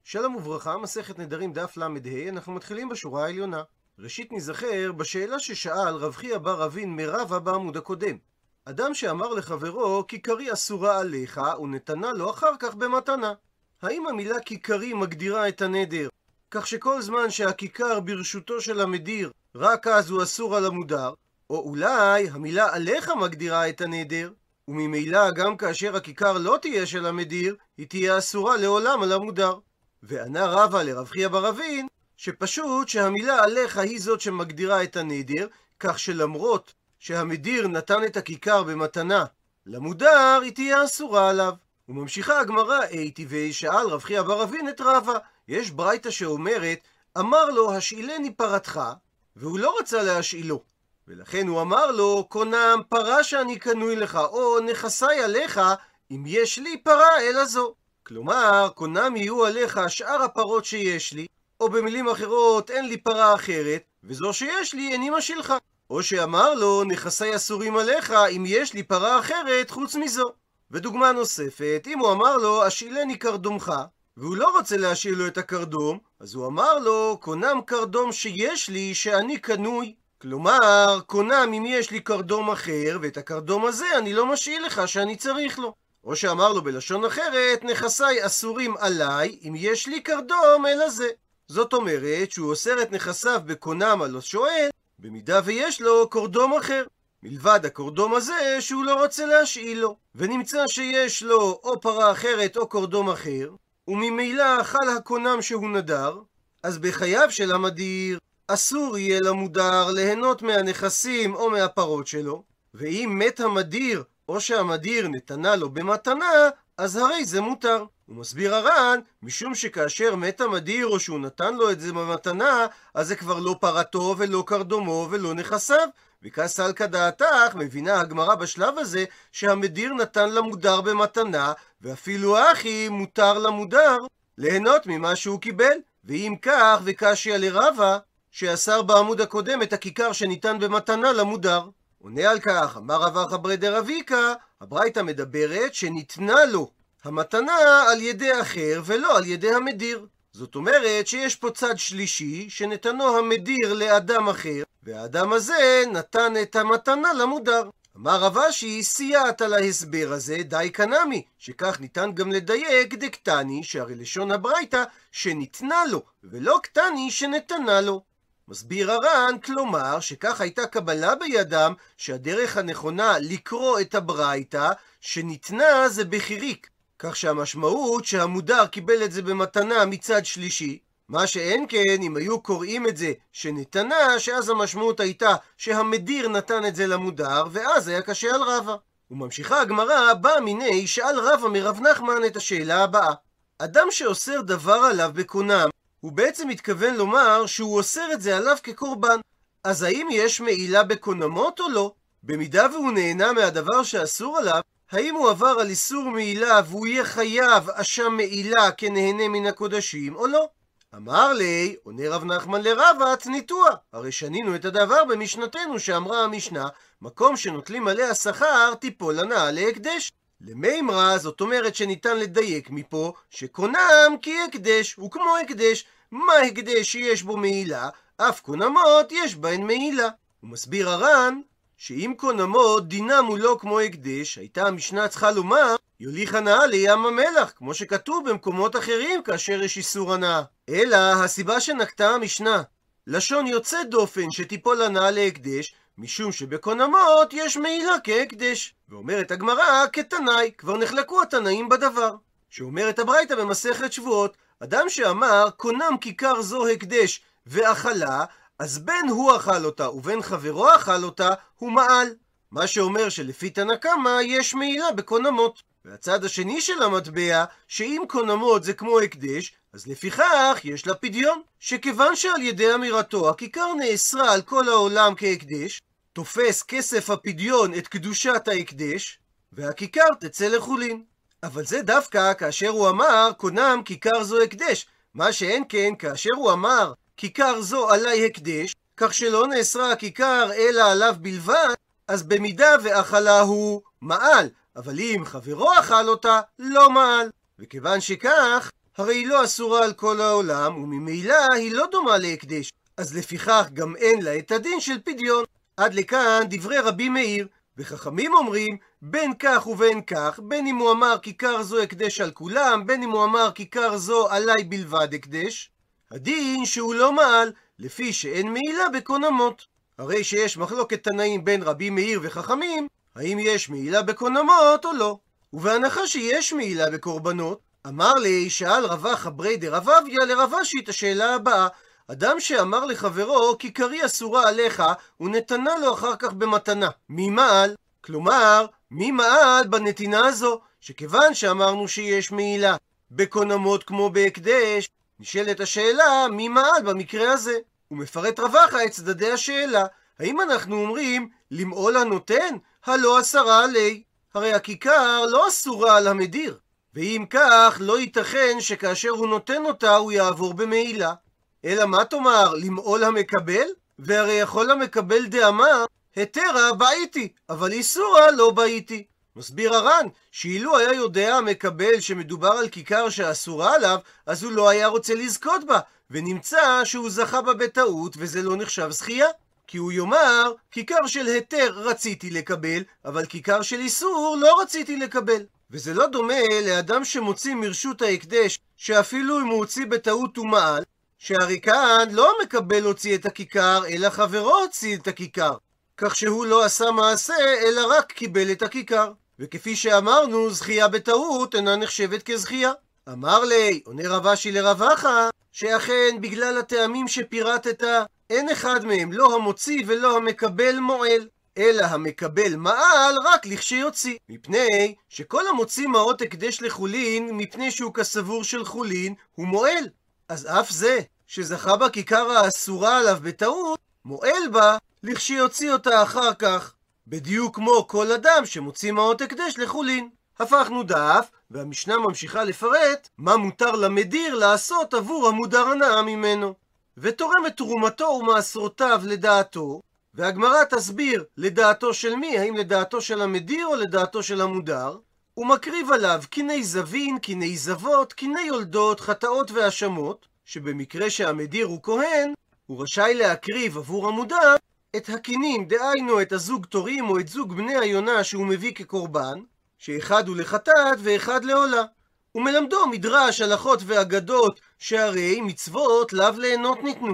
שלום וברכה, מסכת נדרים דף ל"ה, אנחנו מתחילים בשורה העליונה. ראשית נזכר בשאלה ששאל רב חייא בר אבין מרבא בעמוד הקודם. אדם שאמר לחברו כיכרי אסורה עליך ונתנה לו אחר כך במתנה. האם המילה כיכרי מגדירה את הנדר, כך שכל זמן שהכיכר ברשותו של המדיר רק אז הוא אסור על המודר? או אולי המילה עליך מגדירה את הנדר, וממילא גם כאשר הכיכר לא תהיה של המדיר, היא תהיה אסורה לעולם על המודר? וענה רבא לרב חייא בר אבין שפשוט שהמילה עליך היא זאת שמגדירה את הנדר, כך שלמרות שהמדיר נתן את הכיכר במתנה למודר, היא תהיה אסורה עליו. וממשיכה הגמרא, היטיבי שאל רב חייא בר אבין את רבא, יש ברייתא שאומרת אמר לו השאילני פרתך, והוא לא רצה להשאילו, ולכן הוא אמר לו קונם פרה שאני קנוי לך, או נכסי עליך אם יש לי פרה אלא זו. כלומר, קונם יהיו עליך שאר הפרות שיש לי, או במילים אחרות, אין לי פרה אחרת, וזו שיש לי איני משילך. או שאמר לו, נכסי אסורים עליך, אם יש לי פרה אחרת חוץ מזו. ודוגמה נוספת, אם הוא אמר לו, השאילני קרדומך, והוא לא רוצה להשאיל לו את הקרדום, אז הוא אמר לו, קונם קרדום שיש לי שאני קנוי. כלומר, קונם אם יש לי קרדום אחר, ואת הקרדום הזה אני לא משאיל לך שאני צריך לו. או שאמר לו בלשון אחרת, נכסי אסורים עליי, אם יש לי קרדום אלא זה. זאת אומרת שהוא אוסר את נכסיו בקונם על השואל, במידה ויש לו קרדום אחר, מלבד הקרדום הזה שהוא לא רוצה להשאיל לו. ונמצא שיש לו או פרה אחרת או קרדום אחר, וממילא חל הקונם שהוא נדר, אז בחייו של המדיר אסור יהיה למודר ליהנות מהנכסים או מהפרות שלו, ואם מת המדיר או שהמדיר נתנה לו במתנה, אז הרי זה מותר. הוא מסביר הר"ן, משום שכאשר מת המדיר או שהוא נתן לו את זה במתנה, אז זה כבר לא פרתו ולא קרדומו ולא נכסיו. וכסל כדעתך מבינה הגמרא בשלב הזה שהמדיר נתן למודר במתנה, ואפילו אחי מותר למודר ליהנות ממה שהוא קיבל. ואם כך וקשיא לרבא שאסר בעמוד הקודם את הכיכר שניתן במתנה למודר. עונה על כך, אמר רב אחא ברי דרביקה, הברייתא מדברת שניתנה לו המתנה על ידי אחר ולא על ידי המדיר. זאת אומרת שיש פה צד שלישי שנתנו המדיר לאדם אחר, והאדם הזה נתן את המתנה למודר. אמר רב אשי, סייעת על ההסבר הזה די קנמי, שכך ניתן גם לדייק דקטני, שהרי לשון הברייתא שניתנה לו ולא קטני שנתנה לו. מסביר הר"ן, כלומר שכך הייתה קבלה בידם שהדרך הנכונה לקרוא את הברייתא שניתנה זה בחיריק, כך שהמשמעות שהמודר קיבל את זה במתנה מצד שלישי, מה שאין כן אם היו קוראים את זה שנתנה, שאז המשמעות הייתה שהמדיר נתן את זה למודר, ואז היה קשה על רבא. וממשיכה הגמרא, בא מיני שאל רבא מרב נחמן את השאלה הבאה, אדם שאוסר דבר עליו בקונם, הוא בעצם מתכוון לומר שהוא אוסר את זה עליו כקורבן. אז האם יש מעילה בקונמות או לא? במידה והוא נהנה מהדבר שאסור עליו, האם הוא עבר על איסור מעילה והוא יהיה חייב אשם מעילה כנהנה מן הקודשים או לא? אמר לי, עונה רב נחמן לרבא, תניתוה, הרי שנינו את הדבר במשנתנו שאמרה המשנה, מקום שנוטלים עליה שכר תיפול הנאה להקדש. למימרא, זאת אומרת שניתן לדייק מפה שקונם כי הקדש הוא כמו הקדש. מה הקדש שיש בו מעילה? אף קונמות יש בהן מעילה. הוא מסביר הר"ן שאם קונמות דינם הוא לא כמו הקדש, הייתה המשנה צריכה לומר יוליך הנאה לים המלח, כמו שכתוב במקומות אחרים כאשר יש איסור הנאה. אלא הסיבה שנקטה המשנה לשון יוצא דופן שתיפול הנאה להקדש, משום שבקונמות יש מעילה כהקדש. ואומרת הגמרא כתנאי, כבר נחלקו התנאים בדבר. שאומרת הברייתא במסכת שבועות, אדם שאמר קונם כיכר זו הקדש ואכלה, אז בין הוא אכל אותה ובין חברו אכל אותה, הוא מעל. מה שאומר שלפי תנא קמא יש מעילה בקונמות. והצד השני של המטבע, שאם קונמות זה כמו הקדש, אז לפיכך יש לה פדיון, שכיוון שעל ידי אמירתו הכיכר נאסרה על כל העולם כהקדש, תופס כסף הפדיון את קדושת ההקדש, והכיכר תצא לחולין. אבל זה דווקא כאשר הוא אמר קונם כיכר זו הקדש, מה שאין כן כאשר הוא אמר כיכר זו עלי הקדש, כך שלא נאסרה הכיכר אלא עליו בלבד, אז במידה ואכלה הוא מעל, אבל אם חברו אכל אותה לא מעל. וכיוון שכך, הרי היא לא אסורה על כל העולם, וממילא היא לא דומה להקדש, אז לפיכך גם אין לה את הדין של פדיון. עד לכאן דברי רבי מאיר, וחכמים אומרים, בין כך ובין כך, בין אם הוא אמר כיכר זו הקדש על כולם, בין אם הוא אמר כיכר זו עליי בלבד הקדש, הדין שהוא לא מעל, לפי שאין מעילה בקונמות. הרי שיש מחלוקת תנאים בין רבי מאיר וחכמים, האם יש מעילה בקונמות או לא. ובהנחה שיש מעילה בקורבנות, אמר לי, שאל רבא חברי דרב אביה לרב אשי את השאלה הבאה, אדם שאמר לחברו, כיכרי אסורה עליך, ונתנה לו אחר כך במתנה. מי מעל? כלומר, מי מעל בנתינה הזו? שכיוון שאמרנו שיש מעילה בקונמות כמו בהקדש, נשאלת השאלה, מי מעל במקרה הזה? הוא מפרט רבחה את צדדי השאלה. האם אנחנו אומרים, למעול הנותן? הלא אסרה עלי. הרי הכיכר לא אסורה על המדיר. ואם כך, לא ייתכן שכאשר הוא נותן אותה, הוא יעבור במעילה. אלא מה תאמר, למעול המקבל? והרי יכול המקבל דאמר, היתרה בעיתי, אבל איסורה לא בעיתי. מסביר הר"ן, שאילו היה יודע המקבל שמדובר על כיכר שאסורה עליו, אז הוא לא היה רוצה לזכות בה, ונמצא שהוא זכה בה בטעות, וזה לא נחשב זכייה. כי הוא יאמר, כיכר של היתר רציתי לקבל, אבל כיכר של איסור לא רציתי לקבל. וזה לא דומה לאדם שמוציא מרשות ההקדש, שאפילו אם הוא הוציא בטעות ומעל, שהרי כאן לא המקבל הוציא את הכיכר, אלא חברו הוציא את הכיכר. כך שהוא לא עשה מעשה, אלא רק קיבל את הכיכר. וכפי שאמרנו, זכייה בטעות אינה נחשבת כזכייה. אמר לי, עונה רב אשי לרב אחא, שאכן בגלל הטעמים שפירטת, אין אחד מהם, לא המוציא ולא המקבל מועל, אלא המקבל מעל רק לכשיוציא. מפני שכל המוציא מעות הקדש לחולין, מפני שהוא כסבור של חולין, הוא מועל. אז אף זה שזכה בכיכר האסורה עליו בטעות, מועל בה לכשיוציא אותה אחר כך. בדיוק כמו כל אדם שמוציא מעות הקדש לחולין. הפכנו דף, והמשנה ממשיכה לפרט מה מותר למדיר לעשות עבור המודר הנאה ממנו. ותורם את תרומתו ומעשרותיו לדעתו, והגמרא תסביר לדעתו של מי, האם לדעתו של המדיר או לדעתו של המודר, ומקריב עליו קיני זבין, קיני זבות, קיני יולדות, חטאות והאשמות, שבמקרה שהמדיר הוא כהן, הוא רשאי להקריב עבור המודר את הקינים, דהיינו את הזוג תורים או את זוג בני היונה שהוא מביא כקורבן, שאחד הוא לחטאת ואחד לעולה. ומלמדו מדרש, הלכות ואגדות, שהרי מצוות לאו ליהנות ניתנו.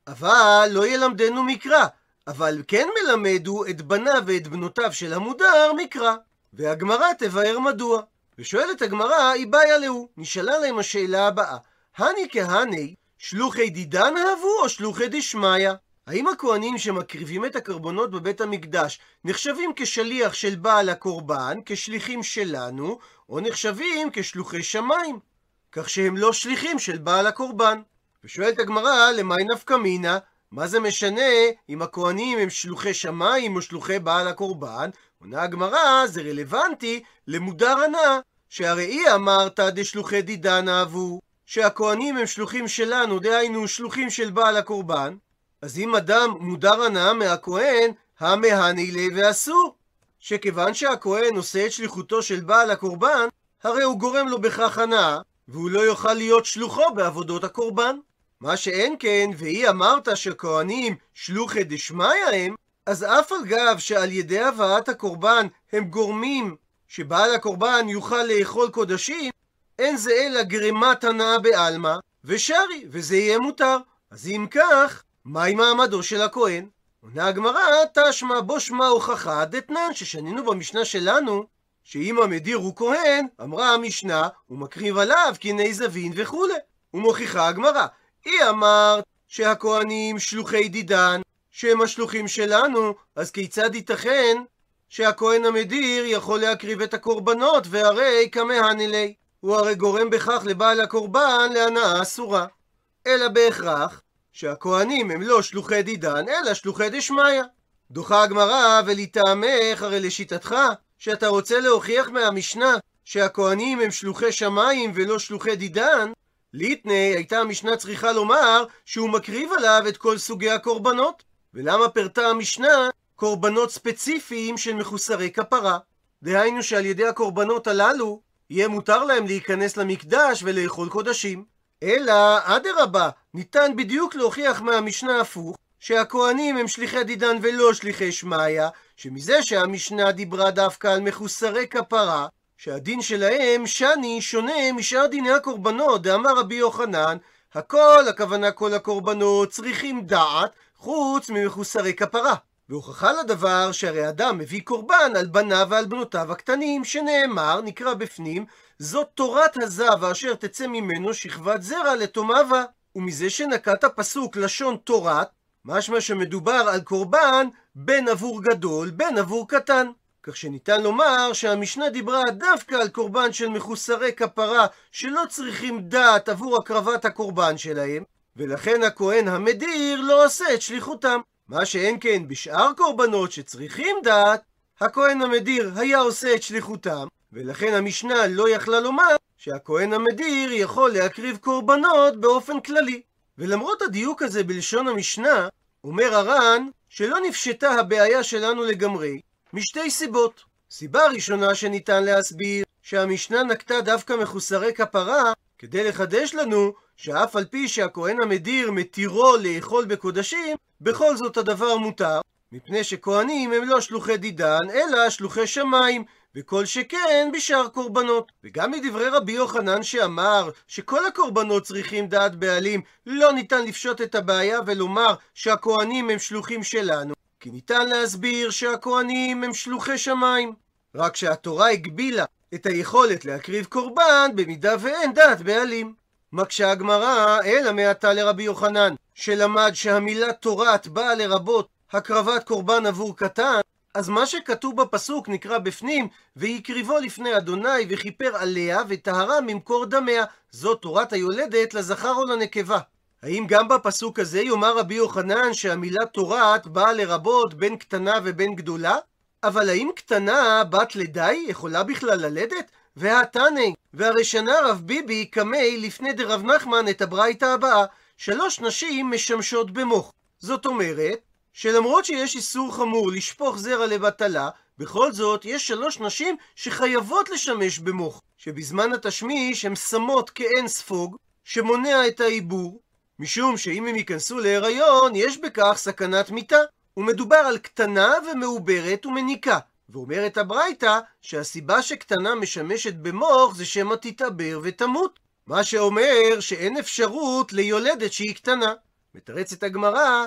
אבל לא ילמדנו מקרא, אבל כן מלמדו את בניו ואת בנותיו של המודר מקרא. והגמרא תבאר מדוע. ושואלת הגמרא, היא בעיה להו. נשאלה להם השאלה הבאה, הני כהני, שלוחי דידן אהבו או שלוחי דשמיא? האם הכהנים שמקריבים את הקורבנות בבית המקדש נחשבים כשליח של בעל הקורבן, כשליחים שלנו, או נחשבים כשלוחי שמיים, כך שהם לא שליחים של בעל הקורבן? ושואלת הגמרא, למאי נפקא מינה? מה זה משנה אם הכהנים הם שלוחי שמיים או שלוחי בעל הקורבן? עונה הגמרא, זה רלוונטי למודר הנאה, שהרי היא אמרת דשלוחי דידן אהבו, שהכהנים הם שלוחים שלנו, דהיינו שלוחים של בעל הקורבן. אז אם אדם מודר הנאה מהכהן, המהני ליה ואסור, שכיוון שהכהן עושה את שליחותו של בעל הקורבן, הרי הוא גורם לו בכך הנאה, והוא לא יוכל להיות שלוחו בעבודות הקורבן. מה שאין כן, והיא אמרת שכהנים שלוחי דשמיא הם, אז אף על גב שעל ידי הבאת הקורבן הם גורמים שבעל הקורבן יוכל לאכול קודשים, אין זה אלא גרימת הנאה בעלמא, ושרי, וזה יהיה מותר. אז אם כך, מהי מעמדו של הכהן? עונה הגמרא, תשמע בו שמע הוכחה דתנן, ששנינו במשנה שלנו, שאם המדיר הוא כהן, אמרה המשנה, הוא מקריב עליו קיני זבין וכו'. ומוכיחה הגמרא, היא אמרת שהכהנים שלוחי דידן, שהם השלוחים שלנו, אז כיצד ייתכן שהכהן המדיר יכול להקריב את הקורבנות, והרי כמהני ליה? הוא הרי גורם בכך לבעל הקורבן להנאה אסורה. אלא בהכרח שהכהנים הם לא שלוחי דידן, אלא שלוחי דשמיא. דוחה הגמרא, ולטעמך, הרי לשיטתך, שאתה רוצה להוכיח מהמשנה שהכהנים הם שלוחי שמיים ולא שלוחי דידן, ליתני הייתה המשנה צריכה לומר שהוא מקריב עליו את כל סוגי הקורבנות. ולמה פרטה המשנה קורבנות ספציפיים של מחוסרי כפרה? דהיינו שעל ידי הקורבנות הללו יהיה מותר להם להיכנס למקדש ולאכול קודשים. אלא, אדרבה, ניתן בדיוק להוכיח מהמשנה הפוך, שהכהנים הם שליחי דידן ולא שליחי שמעיה, שמזה שהמשנה דיברה דווקא על מחוסרי כפרה, שהדין שלהם שני שונה משאר דיני הקורבנות, דאמר רבי יוחנן, הכל, הכוונה כל הקורבנות, צריכים דעת, חוץ ממחוסרי כפרה. והוכחה לדבר שהרי אדם מביא קורבן על בניו ועל בנותיו הקטנים, שנאמר, נקרא בפנים, זאת תורת הזב אשר תצא ממנו שכבת זרע לתומבה. ומזה שנקט הפסוק לשון תורת, משמע שמדובר על קורבן בין עבור גדול, בין עבור קטן. כך שניתן לומר שהמשנה דיברה דווקא על קורבן של מחוסרי כפרה שלא צריכים דעת עבור הקרבת הקורבן שלהם, ולכן הכהן המדיר לא עושה את שליחותם. מה שאין כן בשאר קורבנות שצריכים דעת, הכהן המדיר היה עושה את שליחותם, ולכן המשנה לא יכלה לומר שהכהן המדיר יכול להקריב קורבנות באופן כללי. ולמרות הדיוק הזה בלשון המשנה, אומר הר"ן שלא נפשטה הבעיה שלנו לגמרי, משתי סיבות. סיבה ראשונה שניתן להסביר שהמשנה נקטה דווקא מחוסרי כפרה כדי לחדש לנו שאף על פי שהכהן המדיר מתירו לאכול בקודשים, בכל זאת הדבר מותר, מפני שכהנים הם לא שלוחי דידן אלא שלוחי שמיים, וכל שכן בשאר קורבנות. וגם מדברי רבי יוחנן שאמר שכל הקורבנות צריכים דעת בעלים, לא ניתן לפשוט את הבעיה ולומר שהכהנים הם שלוחים שלנו, כי ניתן להסביר שהכהנים הם שלוחי שמיים, רק שהתורה הגבילה את היכולת להקריב קורבן במידה ואין דעת בעלים. מקשה הגמרא, אלא מעתה לרבי יוחנן, שלמד שהמילה תורת באה לרבות הקרבת קורבן עבור קטן, אז מה שכתוב בפסוק נקרא בפנים, ויקריבו לפני אדוני וכיפר עליה וטהרה ממקור דמיה, זאת תורת היולדת לזכר או לנקבה. האם גם בפסוק הזה יאמר רבי יוחנן שהמילה תורת באה לרבות בין קטנה ובין גדולה? אבל האם קטנה בת לידי יכולה בכלל ללדת? והתני, והרי שנה רב ביבי קמי לפני דרב נחמן את הברייתא הבאה, 3 נשים משמשות במוח. זאת אומרת שלמרות שיש איסור חמור לשפוך זרע לבטלה, בכל זאת יש 3 נשים שחייבות לשמש במוח, שבזמן התשמיש הן שמות כאין ספוג שמונע את העיבור, משום שאם הם ייכנסו להיריון יש בכך סכנת מיתה, ומדובר על קטנה ומעוברת ומניקה. ואומרת הברייתא שהסיבה שקטנה משמשת במוח זה שמא תתעבר ותמות, מה שאומר שאין אפשרות ליולדת שהיא קטנה. מתרצת הגמרא,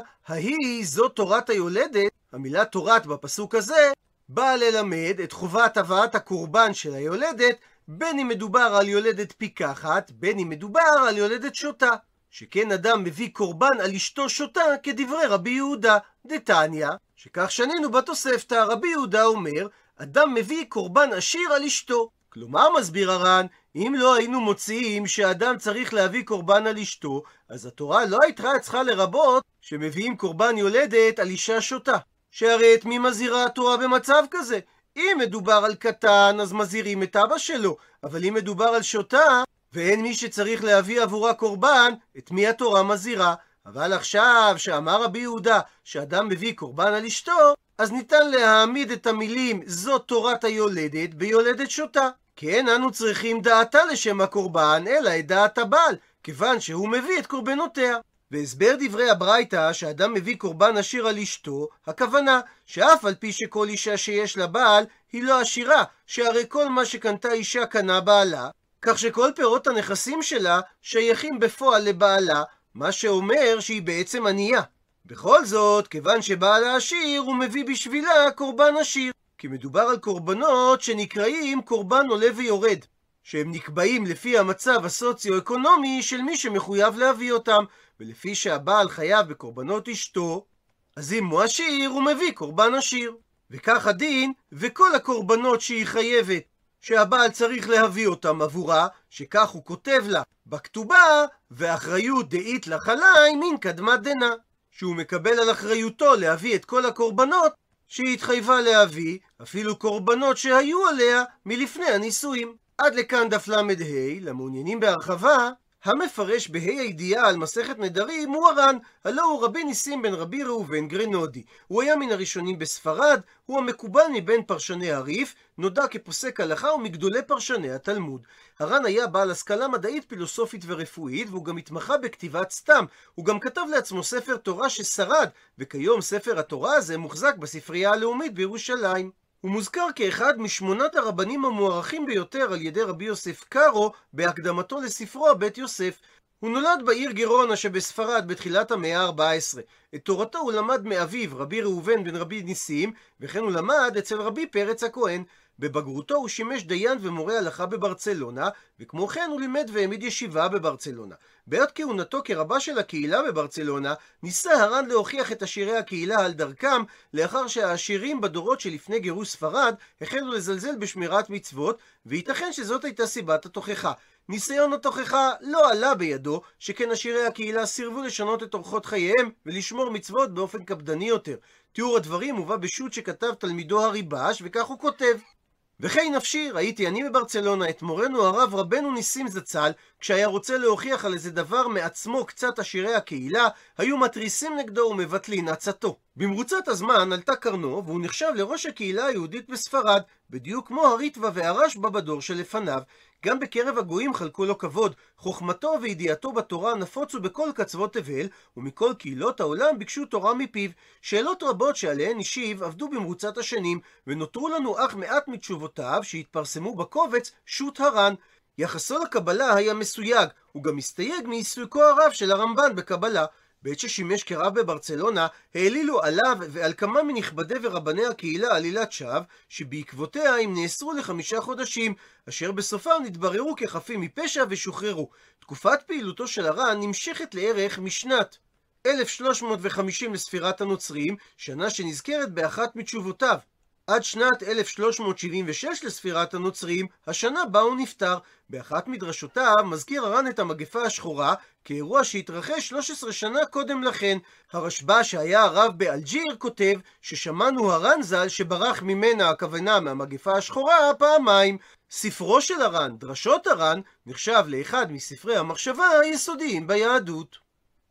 זאת תורת היולדת, המילה תורת בפסוק הזה באה ללמד את חובת הבאת הקורבן של היולדת, בין אם מדובר על יולדת פיקחת, בין אם מדובר על יולדת שוטה. שכן אדם מביא קורבן על אשתו שוטה כדברי רבי יהודה דתניא, שכך שנינו בתוספתא. רבי יהודה אומר, אדם מביא קורבן עשיר על אשתו. כלומר, מסביר הר"ן, אם לא היינו מוצאים שאדם צריך להביא קורבן על אשתו, אז התורה לא הייתה צריכה לרבות שמביאים קורבן יולדת על אישה שוטה. שהרי את מי מזהירה התורה במצב כזה? אם מדובר על קטן אז מזהירים את אבא שלו, אבל אם מדובר על שוטה ואין מי שצריך להביא עבורה קורבן, את מי התורה מזהירה? אבל עכשיו שאמר רבי יהודה שאדם מביא קורבן על אשתו, אז ניתן להעמיד את המילים זאת תורת היולדת ביולדת שוטה. כן, אנו צריכים דעתה לשם הקורבן, אלא את דעת הבעל, כיוון שהוא מביא את קורבנותיה. והסבר דברי הברייתא שאדם מביא קורבן עשיר על אשתו, הכוונה שאף על פי שכל אישה שיש לה בעל היא לא עשירה, שהרי כל מה שקנתה אישה קנה בעלה, כך שכל פירות הנכסים שלה שייכים בפועל לבעלה, מה שאומר שהיא בעצם ענייה. בכל זאת, כיוון שבעלה עשיר, הוא מביא בשבילה קורבן עשיר, כי מדובר על קורבנות שנקראים קורבן עולה ויורד, שהם נקבעים לפי המצב הסוציו-אקונומי של מי שמחויב להביא אותם, ולפי שהבעל חייב בקורבנות אשתו, אז אם הוא עשיר הוא מביא קורבן עשיר. וכך הדין, וכל הקורבנות שהיא חייבת שהבעל צריך להביא אותם עבורה, שכך הוא כותב לה בכתובה, ואחריות דאית לחלי מן קדמת דנא, שהוא מקבל על אחריותו להביא את כל הקורבנות שהיא התחייבה להביא, אפילו קורבנות שהיו עליה מלפני הנישואים. עד לכאן דף ל"ה. למעוניינים בהרחבה, המפרש בה"א הידיעה על מסכת נדרים הוא הר"ן, הלא הוא רבי ניסים בן רבי ראובן גרנודי. הוא היה מן הראשונים בספרד, הוא המקובל מבין פרשני הריף, נודע כפוסק הלכה ומגדולי פרשני התלמוד. הר"ן היה בעל השכלה מדעית, פילוסופית ורפואית, והוא גם התמחה בכתיבת סתם. הוא גם כתב לעצמו ספר תורה ששרד, וכיום ספר התורה הזה מוחזק בספרייה הלאומית בירושלים. הוא מוזכר כאחד משמונת הרבנים המוערכים ביותר על ידי רבי יוסף קארו בהקדמתו לספרו בית יוסף. הוא נולד בעיר גירונה שבספרד בתחילת המאה ה-14. את תורתו הוא למד מאביו רבי ראובן בן רבי ניסים, וכן הוא למד אצל רבי פרץ הכהן. בבגרותו הוא שימש דיין ומורה הלכה בברצלונה, וכמו כן הוא לימד והעמיד ישיבה בברצלונה. בעת כהונתו כרבה של הקהילה בברצלונה, ניסה הר"ן להוכיח את עשירי הקהילה על דרכם, לאחר שהעשירים בדורות שלפני גירוש ספרד החלו לזלזל בשמירת מצוות, וייתכן שזאת הייתה סיבת התוכחה. ניסיון התוכחה לא עלה בידו, שכן עשירי הקהילה סירבו לשנות את אורחות חייהם ולשמור מצוות באופן קפדני יותר. תיאור הדברים מובא בשו"ת שכתב תלמידו הריב"ש, וכך הוא כותב: וכי נפשי, ראיתי אני בברצלונה את מורנו הרב רבנו ניסים זצ"ל, כשהיה רוצה להוכיח על איזה דבר מעצמו קצת עשירי הקהילה, היו מתריסים נגדו ומבטלים עצתו. במרוצת הזמן עלתה קרנו, והוא נחשב לראש הקהילה היהודית בספרד, בדיוק כמו הריטב"א והרשב"א בדור שלפניו. גם בקרב הגויים חלקו לו כבוד, חוכמתו וידיעתו בתורה נפוצו בכל קצוות תבל, ומכל קהילות העולם ביקשו תורה מפיו. שאלות רבות שעליהן השיב עבדו במרוצת השנים, ונותרו לנו אך מעט מתשובותיו שהתפרסמו בקובץ שו"ת הר"ן. יחסו לקבלה היה מסויג, הוא גם הסתייג מעיסוקו הרב של הרמב"ן בקבלה. בעת ששימש כרב בברצלונה, העלילו עליו ועל כמה מנכבדי ורבני הקהילה עלילת שווא, שבעקבותיה הם נאסרו ל5 חודשים, אשר בסופם נתבררו כחפים מפשע ושוחררו. תקופת פעילותו של הר"ן נמשכת לערך משנת 1350 לספירת הנוצרים, שנה שנזכרת באחת מתשובותיו, עד שנת 1376 לספירת הנוצרים, השנה בה הוא נפטר. באחת מדרשותיו מזכיר הר"ן את המגפה השחורה כאירוע שהתרחש 13 שנה קודם לכן. הרשב"א שהיה הרב באלג'יר כותב ששמענו הר"ן ז"ל שברח ממנה, הכוונה מהמגפה השחורה, פעמיים. ספרו של הר"ן, דרשות הר"ן, נחשב לאחד מספרי המחשבה היסודיים ביהדות.